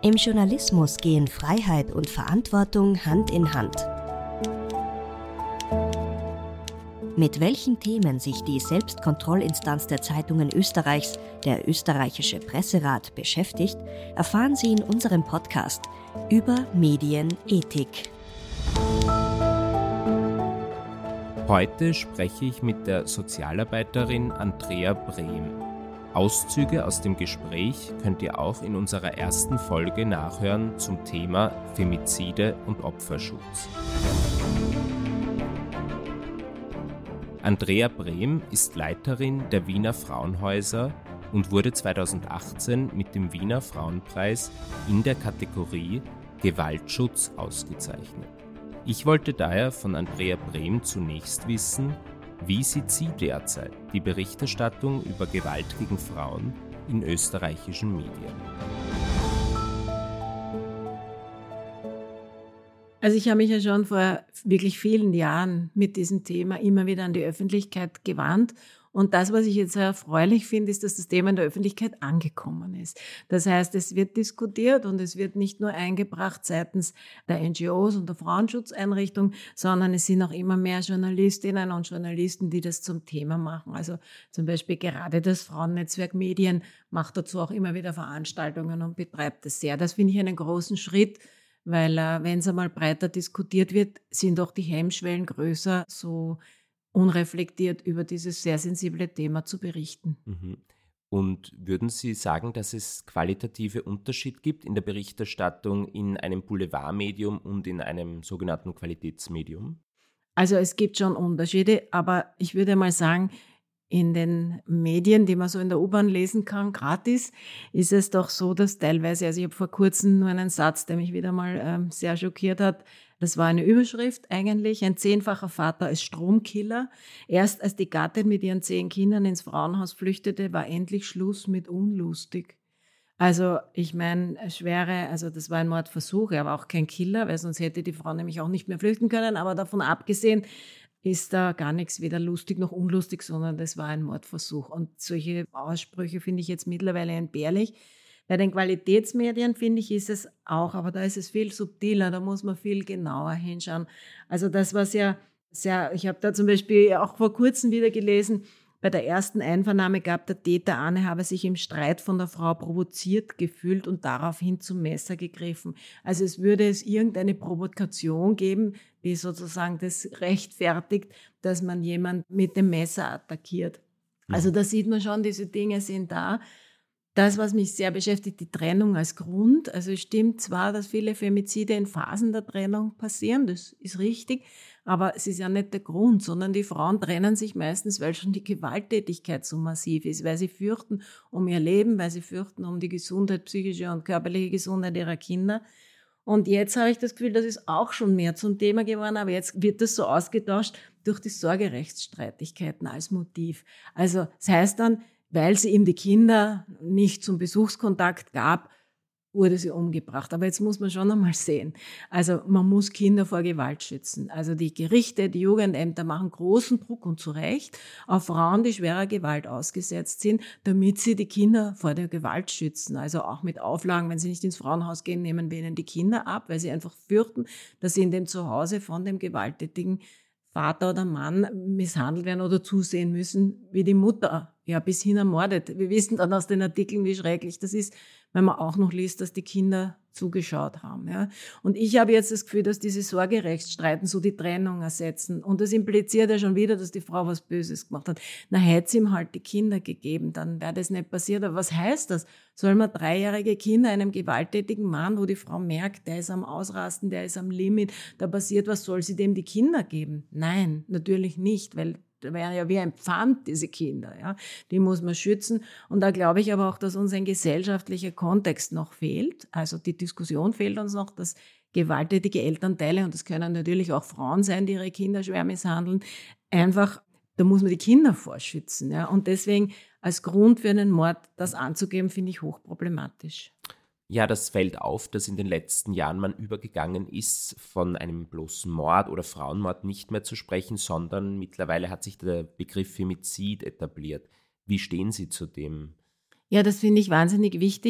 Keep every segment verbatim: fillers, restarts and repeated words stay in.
Im Journalismus gehen Freiheit und Verantwortung Hand in Hand. Mit welchen Themen sich die Selbstkontrollinstanz der Zeitungen Österreichs, der Österreichische Presserat, beschäftigt, erfahren Sie in unserem Podcast über Medienethik. Heute spreche ich mit der Sozialarbeiterin Andrea Brehm. Auszüge aus dem Gespräch könnt ihr auch in unserer ersten Folge nachhören zum Thema Femizide und Opferschutz. Andrea Brehm ist Leiterin der Wiener Frauenhäuser und wurde zweitausendachtzehn mit dem Wiener Frauenpreis in der Kategorie Gewaltschutz ausgezeichnet. Ich wollte daher von Andrea Brehm zunächst wissen, wie sieht sie derzeit die Berichterstattung über Gewalt gegen Frauen in österreichischen Medien? Also ich habe mich ja schon vor wirklich vielen Jahren mit diesem Thema immer wieder an die Öffentlichkeit gewandt. Und das, was ich jetzt sehr erfreulich finde, ist, dass das Thema in der Öffentlichkeit angekommen ist. Das heißt, es wird diskutiert und es wird nicht nur eingebracht seitens der N G Os und der Frauenschutzeinrichtung, sondern es sind auch immer mehr Journalistinnen und Journalisten, die das zum Thema machen. Also zum Beispiel gerade das Frauennetzwerk Medien macht dazu auch immer wieder Veranstaltungen und betreibt das sehr. Das finde ich einen großen Schritt, weil äh, wenn es einmal breiter diskutiert wird, sind auch die Hemmschwellen größer, so unreflektiert über dieses sehr sensible Thema zu berichten. Und würden Sie sagen, dass es qualitative Unterschiede gibt in der Berichterstattung in einem Boulevardmedium und in einem sogenannten Qualitätsmedium? Also es gibt schon Unterschiede, aber ich würde mal sagen, in den Medien, die man so in der U-Bahn lesen kann, gratis, ist es doch so, dass teilweise, also ich habe vor kurzem nur einen Satz, der mich wieder mal ähm, sehr schockiert hat. Das war eine Überschrift eigentlich, ein zehnfacher Vater als Stromkiller. Erst als die Gattin mit ihren zehn Kindern ins Frauenhaus flüchtete, war endlich Schluss mit unlustig. Also ich meine, schwere, also das war ein Mordversuch, er war auch kein Killer, weil sonst hätte die Frau nämlich auch nicht mehr flüchten können, aber davon abgesehen ist da gar nichts weder lustig noch unlustig, sondern das war ein Mordversuch. Und solche Aussprüche finde ich jetzt mittlerweile entbehrlich. Bei den Qualitätsmedien, finde ich, ist es auch, aber da ist es viel subtiler, da muss man viel genauer hinschauen. Also das, was ja sehr, ich habe da zum Beispiel auch vor kurzem wieder gelesen, bei der ersten Einvernahme gab der Täter an, er habe sich im Streit von der Frau provoziert gefühlt und daraufhin zum Messer gegriffen. Also es würde es irgendeine Provokation geben, die sozusagen das rechtfertigt, dass man jemanden mit dem Messer attackiert. Also da sieht man schon, diese Dinge sind da. Das, was mich sehr beschäftigt, die Trennung als Grund. Also es stimmt zwar, dass viele Femizide in Phasen der Trennung passieren, das ist richtig, aber es ist ja nicht der Grund, sondern die Frauen trennen sich meistens, weil schon die Gewalttätigkeit so massiv ist, weil sie fürchten um ihr Leben, weil sie fürchten um die Gesundheit, psychische und körperliche Gesundheit ihrer Kinder. Und jetzt habe ich das Gefühl, das ist auch schon mehr zum Thema geworden, aber jetzt wird das so ausgetauscht durch die Sorgerechtsstreitigkeiten als Motiv. Also das heißt dann, weil sie ihm die Kinder nicht zum Besuchskontakt gab, wurde sie umgebracht. Aber jetzt muss man schon einmal sehen. Also man muss Kinder vor Gewalt schützen. Also die Gerichte, die Jugendämter machen großen Druck und zu Recht auf Frauen, die schwerer Gewalt ausgesetzt sind, damit sie die Kinder vor der Gewalt schützen. Also auch mit Auflagen, wenn sie nicht ins Frauenhaus gehen, nehmen wir ihnen die Kinder ab, weil sie einfach fürchten, dass sie in dem Zuhause von dem gewalttätigen Vater oder Mann misshandelt werden oder zusehen müssen, wie die Mutter ja bis hin ermordet. Wir wissen dann aus den Artikeln, wie schrecklich das ist, wenn man auch noch liest, dass die Kinder zugeschaut haben. Ja. Und ich habe jetzt das Gefühl, dass diese Sorgerechtsstreiten so die Trennung ersetzen. Und das impliziert ja schon wieder, dass die Frau was Böses gemacht hat. Na, hätte sie ihm halt die Kinder gegeben, dann wäre das nicht passiert. Aber was heißt das? Soll man dreijährige Kinder einem gewalttätigen Mann, wo die Frau merkt, der ist am Ausrasten, der ist am Limit, da passiert was, soll sie dem die Kinder geben? Nein, natürlich nicht, weil da wären ja wie ein Pfand, diese Kinder, ja. Die muss man schützen. Und da glaube ich aber auch, dass uns ein gesellschaftlicher Kontext noch fehlt. Also die Diskussion fehlt uns noch, dass gewalttätige Elternteile, und das können natürlich auch Frauen sein, die ihre Kinder schwer misshandeln, einfach, da muss man die Kinder vorschützen, ja. Und deswegen als Grund für einen Mord das anzugeben, finde ich hochproblematisch. Ja, das fällt auf, dass in den letzten Jahren man übergegangen ist, von einem bloßen Mord oder Frauenmord nicht mehr zu sprechen, sondern mittlerweile hat sich der Begriff Femizid etabliert. Wie stehen Sie zu dem? Ja, das finde ich wahnsinnig wichtig,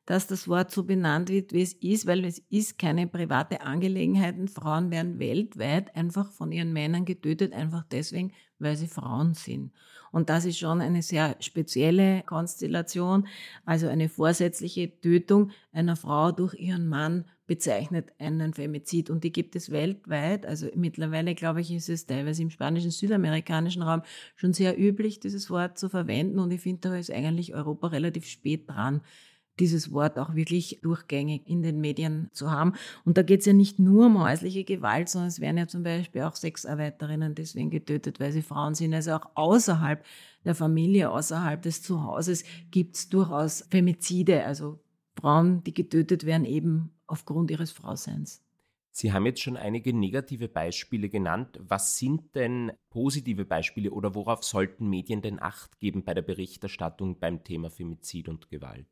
dass das Wort so benannt wird, wie es ist, weil es ist keine private Angelegenheit. Frauen werden weltweit einfach von ihren Männern getötet, einfach deswegen, weil sie Frauen sind. Und das ist schon eine sehr spezielle Konstellation, also eine vorsätzliche Tötung einer Frau durch ihren Mann bezeichnet einen Femizid. Und die gibt es weltweit. Also mittlerweile, glaube ich, ist es teilweise im spanischen, südamerikanischen Raum schon sehr üblich, dieses Wort zu verwenden. Und ich finde, da ist eigentlich Europa relativ spät dran, dieses Wort auch wirklich durchgängig in den Medien zu haben. Und da geht es ja nicht nur um häusliche Gewalt, sondern es werden ja zum Beispiel auch Sexarbeiterinnen deswegen getötet, weil sie Frauen sind. Also auch außerhalb der Familie, außerhalb des Zuhauses gibt es durchaus Femizide, also Frauen, die getötet werden eben aufgrund ihres Frauseins. Sie haben jetzt schon einige negative Beispiele genannt. Was sind denn positive Beispiele oder worauf sollten Medien denn Acht geben bei der Berichterstattung beim Thema Femizid und Gewalt?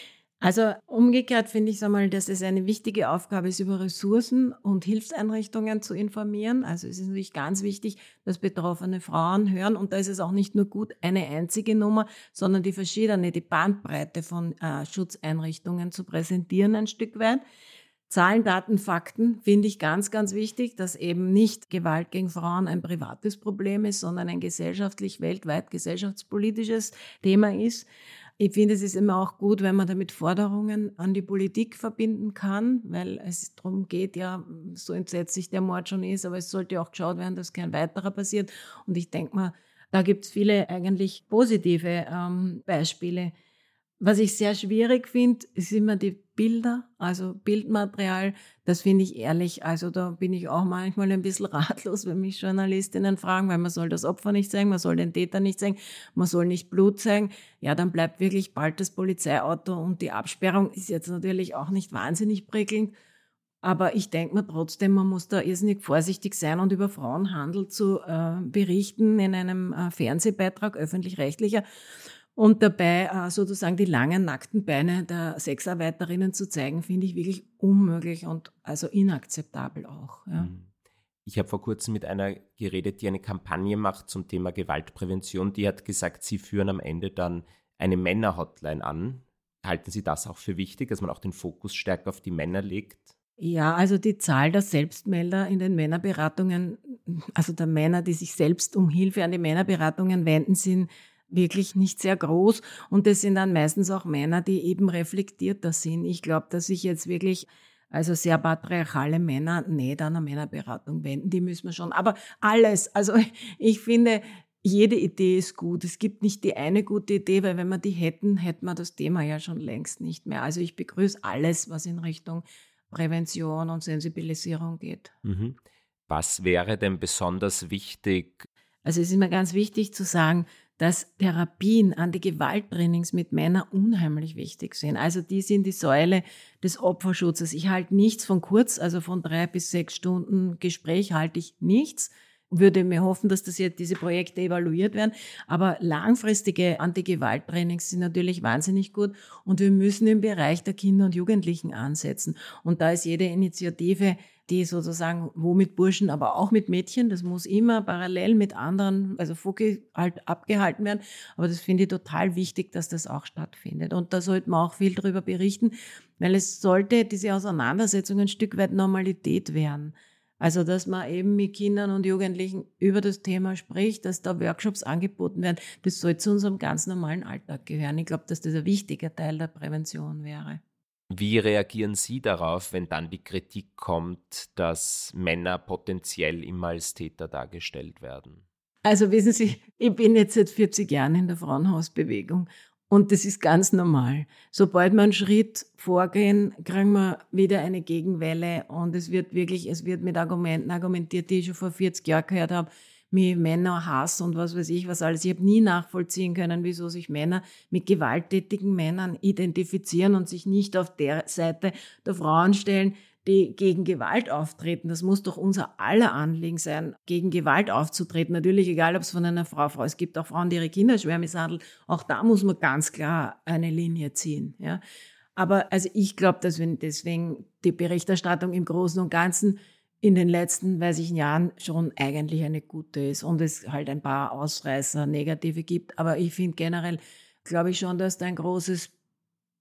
Also umgekehrt finde ich einmal, dass es eine wichtige Aufgabe ist, über Ressourcen und Hilfseinrichtungen zu informieren. Also es ist natürlich ganz wichtig, dass betroffene Frauen hören. Und da ist es auch nicht nur gut, eine einzige Nummer, sondern die verschiedene, die Bandbreite von äh, Schutzeinrichtungen zu präsentieren ein Stück weit. Zahlen, Daten, Fakten finde ich ganz, ganz wichtig, dass eben nicht Gewalt gegen Frauen ein privates Problem ist, sondern ein gesellschaftlich, weltweit gesellschaftspolitisches Thema ist. Ich finde, es ist immer auch gut, wenn man damit Forderungen an die Politik verbinden kann, weil es darum geht, ja, so entsetzlich der Mord schon ist, aber es sollte auch geschaut werden, dass kein weiterer passiert. Und ich denke mal, da gibt es viele eigentlich positive ähm, Beispiele. Was ich sehr schwierig finde, ist immer die Bilder, also Bildmaterial. Das finde ich ehrlich, also da bin ich auch manchmal ein bisschen ratlos, wenn mich Journalistinnen fragen, weil man soll das Opfer nicht zeigen, man soll den Täter nicht zeigen, man soll nicht Blut zeigen. Ja, dann bleibt wirklich bald das Polizeiauto und die Absperrung ist jetzt natürlich auch nicht wahnsinnig prickelnd. Aber ich denke mir trotzdem, man muss da irrsinnig vorsichtig sein und über Frauenhandel zu äh, berichten in einem äh, Fernsehbeitrag, öffentlich-rechtlicher. Und dabei äh, sozusagen die langen, nackten Beine der Sexarbeiterinnen zu zeigen, finde ich wirklich unmöglich und also inakzeptabel auch. Ja. Ich habe vor kurzem mit einer geredet, die eine Kampagne macht zum Thema Gewaltprävention. Die hat gesagt, sie führen am Ende dann eine Männer-Hotline an. Halten Sie das auch für wichtig, dass man auch den Fokus stärker auf die Männer legt? Ja, also die Zahl der Selbstmelder in den Männerberatungen, also der Männer, die sich selbst um Hilfe an die Männerberatungen wenden, sind wirklich nicht sehr groß. Und das sind dann meistens auch Männer, die eben reflektierter sind. Ich glaube, dass sich jetzt wirklich also sehr patriarchale Männer nicht an eine Männerberatung wenden. Die müssen wir schon. Aber alles, also ich finde, jede Idee ist gut. Es gibt nicht die eine gute Idee, weil wenn wir die hätten, hätten wir das Thema ja schon längst nicht mehr. Also ich begrüße alles, was in Richtung Prävention und Sensibilisierung geht. Mhm. Was wäre denn besonders wichtig? Also es ist mir ganz wichtig zu sagen, dass Therapien, Anti-Gewalt-Trainings mit Männern unheimlich wichtig sind. Also die sind die Säule des Opferschutzes. Ich halte nichts von kurz, also von drei bis sechs Stunden Gespräch halte ich nichts. Würde mir hoffen, dass das jetzt diese Projekte evaluiert werden. Aber langfristige Anti-Gewalt-Trainings sind natürlich wahnsinnig gut. Und wir müssen im Bereich der Kinder und Jugendlichen ansetzen. Und da ist jede Initiative, die sozusagen, wo mit Burschen, aber auch mit Mädchen, das muss immer parallel mit anderen, also Fokus halt abgehalten werden. Aber das finde ich total wichtig, dass das auch stattfindet. Und da sollte man auch viel darüber berichten, weil es sollte diese Auseinandersetzung ein Stück weit Normalität werden. Also, dass man eben mit Kindern und Jugendlichen über das Thema spricht, dass da Workshops angeboten werden, das soll zu unserem ganz normalen Alltag gehören. Ich glaube, dass das ein wichtiger Teil der Prävention wäre. Wie reagieren Sie darauf, wenn dann die Kritik kommt, dass Männer potenziell immer als Täter dargestellt werden? Also wissen Sie, ich bin jetzt seit vierzig Jahren in der Frauenhausbewegung und das ist ganz normal. Sobald wir einen Schritt vorgehen, kriegen wir wieder eine Gegenwelle und es wird wirklich, es wird mit Argumenten argumentiert, die ich schon vor vierzig Jahren gehört habe, mit Männerhass und was weiß ich was alles. Ich habe nie nachvollziehen können, wieso sich Männer mit gewalttätigen Männern identifizieren und sich nicht auf der Seite der Frauen stellen, die gegen Gewalt auftreten. Das muss doch unser aller Anliegen sein, gegen Gewalt aufzutreten. Natürlich, egal ob es von einer Frau Frau. Es gibt auch Frauen, die ihre Kinder schwer misshandeln. Auch da muss man ganz klar eine Linie ziehen. Ja. Aber also ich glaube, dass wir deswegen die Berichterstattung im Großen und Ganzen in den letzten, weiß ich, Jahren schon eigentlich eine gute ist und es halt ein paar Ausreißer, negative gibt. Aber ich finde generell, glaube ich schon, dass da ein großes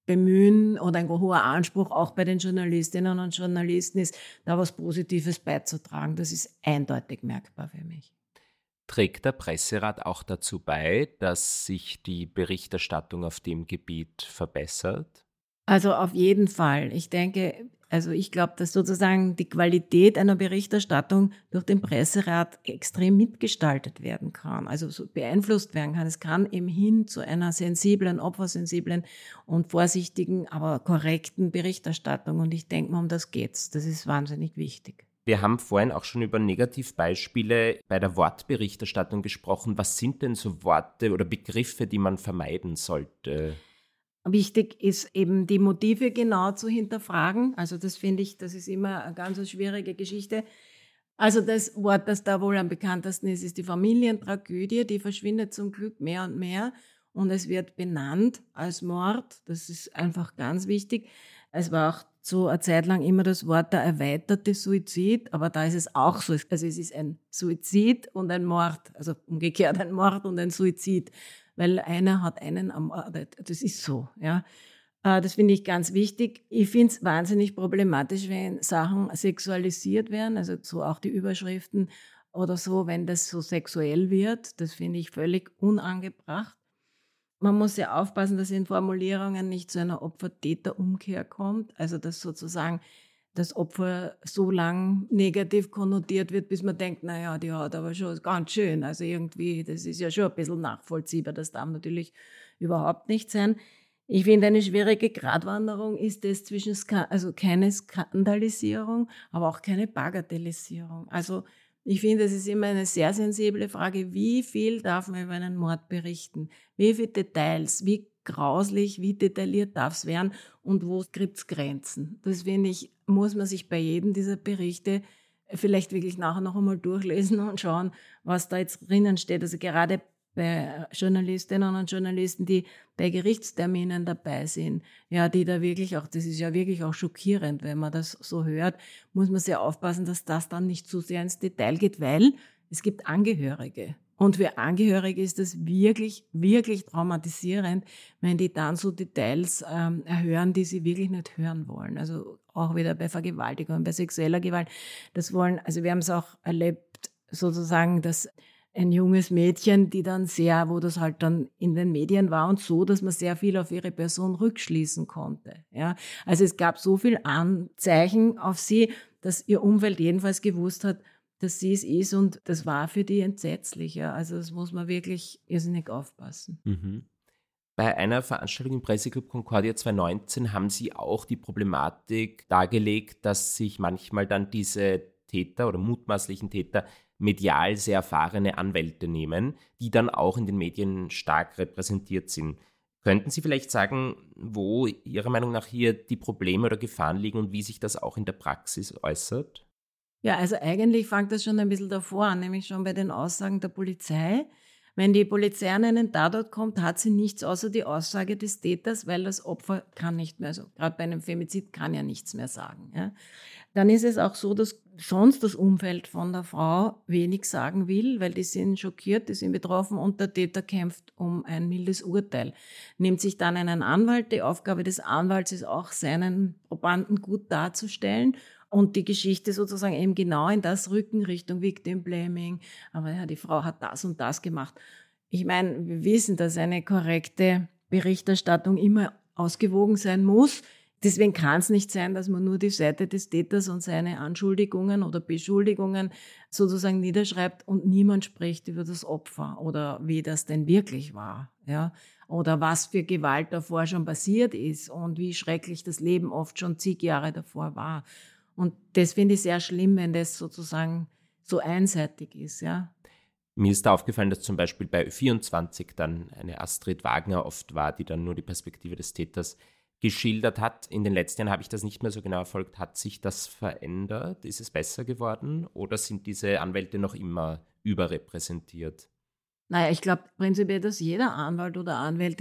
Bemühen oder ein hoher Anspruch auch bei den Journalistinnen und Journalisten ist, da was Positives beizutragen. Das ist eindeutig merkbar für mich. Trägt der Presserat auch dazu bei, dass sich die Berichterstattung auf dem Gebiet verbessert? Also auf jeden Fall. Ich denke, also ich glaube, dass sozusagen die Qualität einer Berichterstattung durch den Presserat extrem mitgestaltet werden kann, also so beeinflusst werden kann. Es kann eben hin zu einer sensiblen, opfersensiblen und vorsichtigen, aber korrekten Berichterstattung. Und ich denke mal, um das geht's. Das ist wahnsinnig wichtig. Wir haben vorhin auch schon über Negativbeispiele bei der Wortberichterstattung gesprochen. Was sind denn so Worte oder Begriffe, die man vermeiden sollte? Wichtig ist eben die Motive genau zu hinterfragen. Also das finde ich, das ist immer eine ganz schwierige Geschichte. Also das Wort, das da wohl am bekanntesten ist, ist die Familientragödie. Die verschwindet zum Glück mehr und mehr und es wird benannt als Mord. Das ist einfach ganz wichtig. Es war auch so eine Zeit lang immer das Wort der erweiterte Suizid, aber da ist es auch so. Also es ist ein Suizid und ein Mord, also umgekehrt ein Mord und ein Suizid. Weil einer hat einen ermordet. Das ist so, ja. Das finde ich ganz wichtig. Ich finde es wahnsinnig problematisch, wenn Sachen sexualisiert werden, also so auch die Überschriften oder so, wenn das so sexuell wird. Das finde ich völlig unangebracht. Man muss ja aufpassen, dass in Formulierungen nicht zu einer Opfer-Täter-Umkehr kommt, also dass sozusagen das Opfer so lang negativ konnotiert wird, bis man denkt, naja, die hat aber schon ganz schön. Also irgendwie, das ist ja schon ein bisschen nachvollziehbar. Das darf natürlich überhaupt nicht sein. Ich finde, eine schwierige Gratwanderung ist es zwischen, Ska- also keine Skandalisierung, aber auch keine Bagatellisierung. Also ich finde, es ist immer eine sehr sensible Frage, wie viel darf man über einen Mord berichten? Wie viele Details, wie grauslich, wie detailliert darf es werden und wo gibt es Grenzen? Das finde ich, muss man sich bei jedem dieser Berichte vielleicht wirklich nachher noch einmal durchlesen und schauen, was da jetzt drinnen steht. Also gerade bei Journalistinnen und Journalisten, die bei Gerichtsterminen dabei sind, ja, die da wirklich auch, das ist ja wirklich auch schockierend, wenn man das so hört, muss man sehr aufpassen, dass das dann nicht zu sehr ins Detail geht, weil es gibt Angehörige. Und für Angehörige ist das wirklich, wirklich traumatisierend, wenn die dann so Details ähm, hören, die sie wirklich nicht hören wollen. Also auch wieder bei Vergewaltigung, bei sexueller Gewalt. Das wollen, also wir haben es auch erlebt, sozusagen, dass ein junges Mädchen, die dann sehr, wo das halt dann in den Medien war und so, dass man sehr viel auf ihre Person rückschließen konnte. Ja, also es gab so viel Anzeichen auf sie, dass ihr Umfeld jedenfalls gewusst hat, dass sie es ist und das war für die entsetzlich. Ja. Also das muss man wirklich irrsinnig aufpassen. Mhm. Bei einer Veranstaltung im Presseclub Concordia zwanzig neunzehn haben Sie auch die Problematik dargelegt, dass sich manchmal dann diese Täter oder mutmaßlichen Täter medial sehr erfahrene Anwälte nehmen, die dann auch in den Medien stark repräsentiert sind. Könnten Sie vielleicht sagen, wo Ihrer Meinung nach hier die Probleme oder Gefahren liegen und wie sich das auch in der Praxis äußert? Ja, also eigentlich fängt das schon ein bisschen davor an, nämlich schon bei den Aussagen der Polizei. Wenn die Polizei an einen Tatort kommt, hat sie nichts außer die Aussage des Täters, weil das Opfer kann nicht mehr, also gerade bei einem Femizid kann ja nichts mehr sagen. Ja. Dann ist es auch so, dass sonst das Umfeld von der Frau wenig sagen will, weil die sind schockiert, die sind betroffen und der Täter kämpft um ein mildes Urteil. Nimmt sich dann einen Anwalt, die Aufgabe des Anwalts ist auch, seinen Probanden gut darzustellen und die Geschichte sozusagen eben genau in das rücken, Richtung Victim Blaming. Aber ja, die Frau hat das und das gemacht. Ich meine, wir wissen, dass eine korrekte Berichterstattung immer ausgewogen sein muss. Deswegen kann es nicht sein, dass man nur die Seite des Täters und seine Anschuldigungen oder Beschuldigungen sozusagen niederschreibt und niemand spricht über das Opfer oder wie das denn wirklich war, ja, oder was für Gewalt davor schon passiert ist und wie schrecklich das Leben oft schon zig Jahre davor war. Und das finde ich sehr schlimm, wenn das sozusagen so einseitig ist, ja. Mir ist da aufgefallen, dass zum Beispiel bei Ö vierundzwanzig dann eine Astrid Wagner oft war, die dann nur die Perspektive des Täters geschildert hat. In den letzten Jahren habe ich das nicht mehr so genau verfolgt. Hat sich das verändert? Ist es besser geworden? Oder sind diese Anwälte noch immer überrepräsentiert? Naja, ich glaube prinzipiell, dass jeder Anwalt oder Anwältin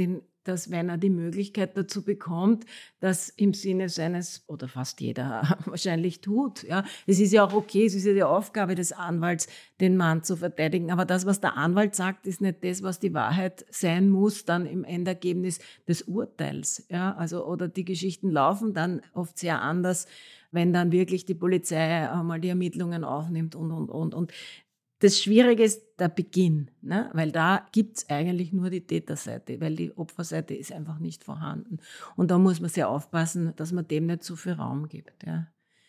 dass wenn er die Möglichkeit dazu bekommt, das im Sinne seines, oder fast jeder wahrscheinlich tut. Ja, es ist ja auch okay, es ist ja die Aufgabe des Anwalts, den Mann zu verteidigen. Aber das, was der Anwalt sagt, ist nicht das, was die Wahrheit sein muss, dann im Endergebnis des Urteils. Ja, also, oder die Geschichten laufen dann oft sehr anders, wenn dann wirklich die Polizei einmal die Ermittlungen aufnimmt und, und, und, und. Das Schwierige ist der Beginn, ne? Weil da gibt's eigentlich nur die Täterseite, weil die Opferseite ist einfach nicht vorhanden. Und da muss man sehr aufpassen, dass man dem nicht zu viel Raum gibt. Ja.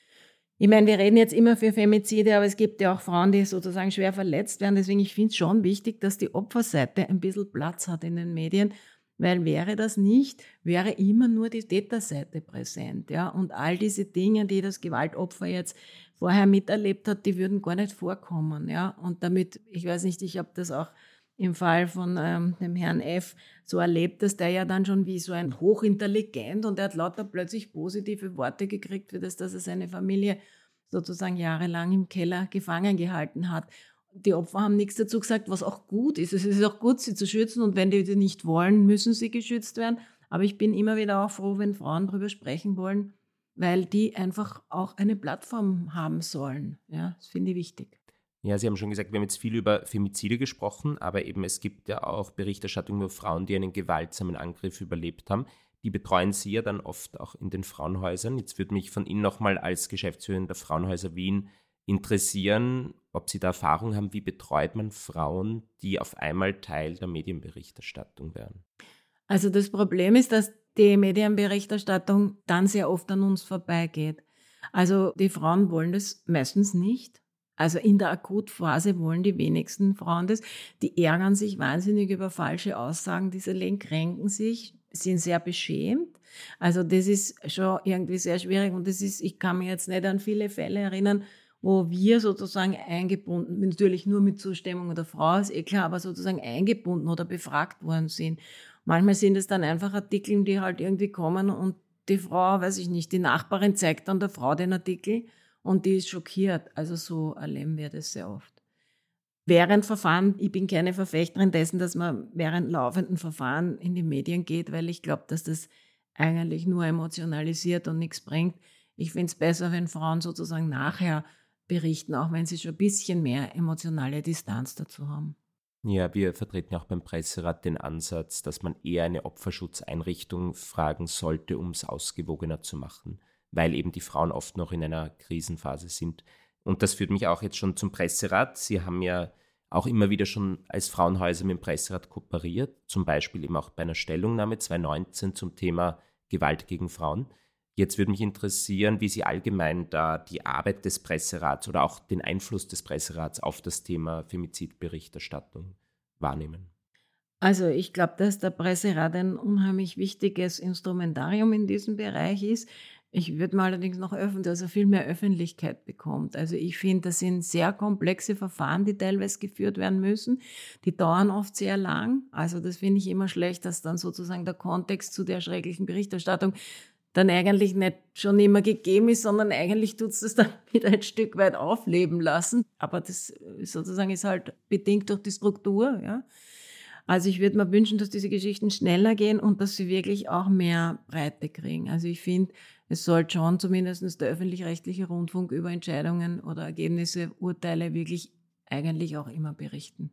Ich meine, wir reden jetzt immer für Femizide, aber es gibt ja auch Frauen, die sozusagen schwer verletzt werden. Deswegen, ich finde es schon wichtig, dass die Opferseite ein bisschen Platz hat in den Medien, weil wäre das nicht, wäre immer nur die Täterseite präsent. Ja? Und all diese Dinge, die das Gewaltopfer jetzt vorher miterlebt hat, die würden gar nicht vorkommen. Ja? Und damit, ich weiß nicht, ich habe das auch im Fall von ähm, dem Herrn F. so erlebt, dass der ja dann schon wie so ein hochintelligent und er hat lauter plötzlich positive Worte gekriegt für das, dass er seine Familie sozusagen jahrelang im Keller gefangen gehalten hat. Die Opfer haben nichts dazu gesagt, was auch gut ist. Es ist auch gut, sie zu schützen und wenn die die nicht wollen, müssen sie geschützt werden. Aber ich bin immer wieder auch froh, wenn Frauen darüber sprechen wollen, weil die einfach auch eine Plattform haben sollen. Ja, das finde ich wichtig. Ja, Sie haben schon gesagt, wir haben jetzt viel über Femizide gesprochen, aber eben es gibt ja auch Berichterstattung über Frauen, die einen gewaltsamen Angriff überlebt haben. Die betreuen Sie ja dann oft auch in den Frauenhäusern. Jetzt würde mich von Ihnen nochmal als Geschäftsführerin der Frauenhäuser Wien interessieren, ob Sie da Erfahrung haben, wie betreut man Frauen, die auf einmal Teil der Medienberichterstattung werden? Also das Problem ist, dass die Medienberichterstattung dann sehr oft an uns vorbeigeht. Also die Frauen wollen das meistens nicht. Also in der Akutphase wollen die wenigsten Frauen das. Die ärgern sich wahnsinnig über falsche Aussagen, diese kränken sich, sind sehr beschämt. Also das ist schon irgendwie sehr schwierig und das ist, ich kann mich jetzt nicht an viele Fälle erinnern, wo wir sozusagen eingebunden, natürlich nur mit Zustimmung der Frau, ist eh klar, aber sozusagen eingebunden oder befragt worden sind. Manchmal sind es dann einfach Artikel, die halt irgendwie kommen und die Frau, weiß ich nicht, die Nachbarin zeigt dann der Frau den Artikel und die ist schockiert. Also so erleben wir das sehr oft. Während Verfahren, ich bin keine Verfechterin dessen, dass man während laufenden Verfahren in die Medien geht, weil ich glaube, dass das eigentlich nur emotionalisiert und nichts bringt. Ich finde es besser, wenn Frauen sozusagen nachher berichten, auch wenn sie schon ein bisschen mehr emotionale Distanz dazu haben. Ja, wir vertreten auch beim Presserat den Ansatz, dass man eher eine Opferschutzeinrichtung fragen sollte, um es ausgewogener zu machen, weil eben die Frauen oft noch in einer Krisenphase sind. Und das führt mich auch jetzt schon zum Presserat. Sie haben ja auch immer wieder schon als Frauenhäuser mit dem Presserat kooperiert, zum Beispiel eben auch bei einer Stellungnahme zwanzig neunzehn zum Thema Gewalt gegen Frauen. Jetzt würde mich interessieren, wie Sie allgemein da die Arbeit des Presserats oder auch den Einfluss des Presserats auf das Thema Femizidberichterstattung wahrnehmen. Also ich glaube, dass der Presserat ein unheimlich wichtiges Instrumentarium in diesem Bereich ist. Ich würde mal allerdings noch öffnen, dass er viel mehr Öffentlichkeit bekommt. Also ich finde, das sind sehr komplexe Verfahren, die teilweise geführt werden müssen. Die dauern oft sehr lang. Also das finde ich immer schlecht, dass dann sozusagen der Kontext zu der schrecklichen Berichterstattung dann eigentlich nicht schon immer gegeben ist, sondern eigentlich tut es das dann wieder ein Stück weit aufleben lassen. Aber das sozusagen ist halt bedingt durch die Struktur. Ja. Also ich würde mir wünschen, dass diese Geschichten schneller gehen und dass sie wirklich auch mehr Breite kriegen. Also ich finde, es sollte schon zumindest der öffentlich-rechtliche Rundfunk über Entscheidungen oder Ergebnisse, Urteile wirklich eigentlich auch immer berichten.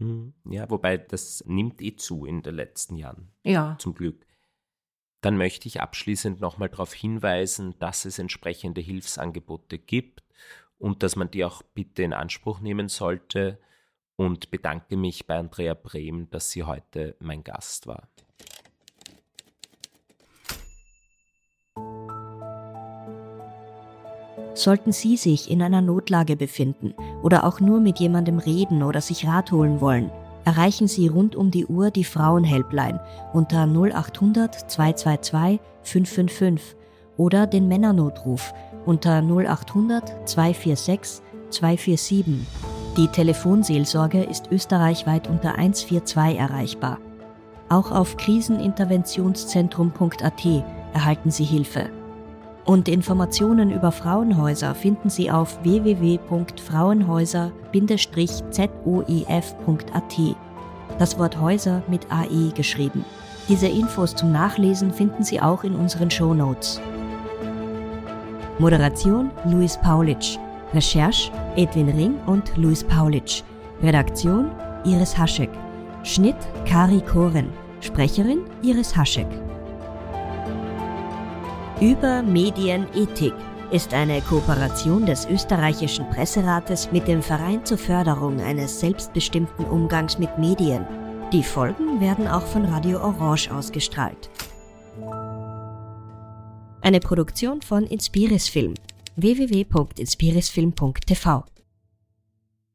Ja, wobei das nimmt eh zu in den letzten Jahren. Ja. Zum Glück. Dann möchte ich abschließend nochmal darauf hinweisen, dass es entsprechende Hilfsangebote gibt und dass man die auch bitte in Anspruch nehmen sollte und bedanke mich bei Andrea Brehm, dass sie heute mein Gast war. Sollten Sie sich in einer Notlage befinden oder auch nur mit jemandem reden oder sich Rat holen wollen, erreichen Sie rund um die Uhr die Frauen-Helpline unter null acht hundert zwei zwei zwei fünf fünf fünf oder den Männernotruf unter null acht hundert zwei vier sechs zwei vier sieben. Die Telefonseelsorge ist österreichweit unter eins vier zwei erreichbar. Auch auf kriseninterventionszentrum punkt a t erhalten Sie Hilfe. Und Informationen über Frauenhäuser finden Sie auf w w w punkt frauenhäuser Bindestrich zoef punkt a t. Das Wort Häuser mit A E geschrieben. Diese Infos zum Nachlesen finden Sie auch in unseren Shownotes. Moderation Luis Paulitsch, Recherche Edwin Ring und Luis Paulitsch, Redaktion Iris Haschek, Schnitt Kari Koren, Sprecherin Iris Haschek. Über Medienethik ist eine Kooperation des österreichischen Presserates mit dem Verein zur Förderung eines selbstbestimmten Umgangs mit Medien. Die Folgen werden auch von Radio Orange ausgestrahlt. Eine Produktion von Inspiris Film. w w w punkt inspirisfilm punkt t v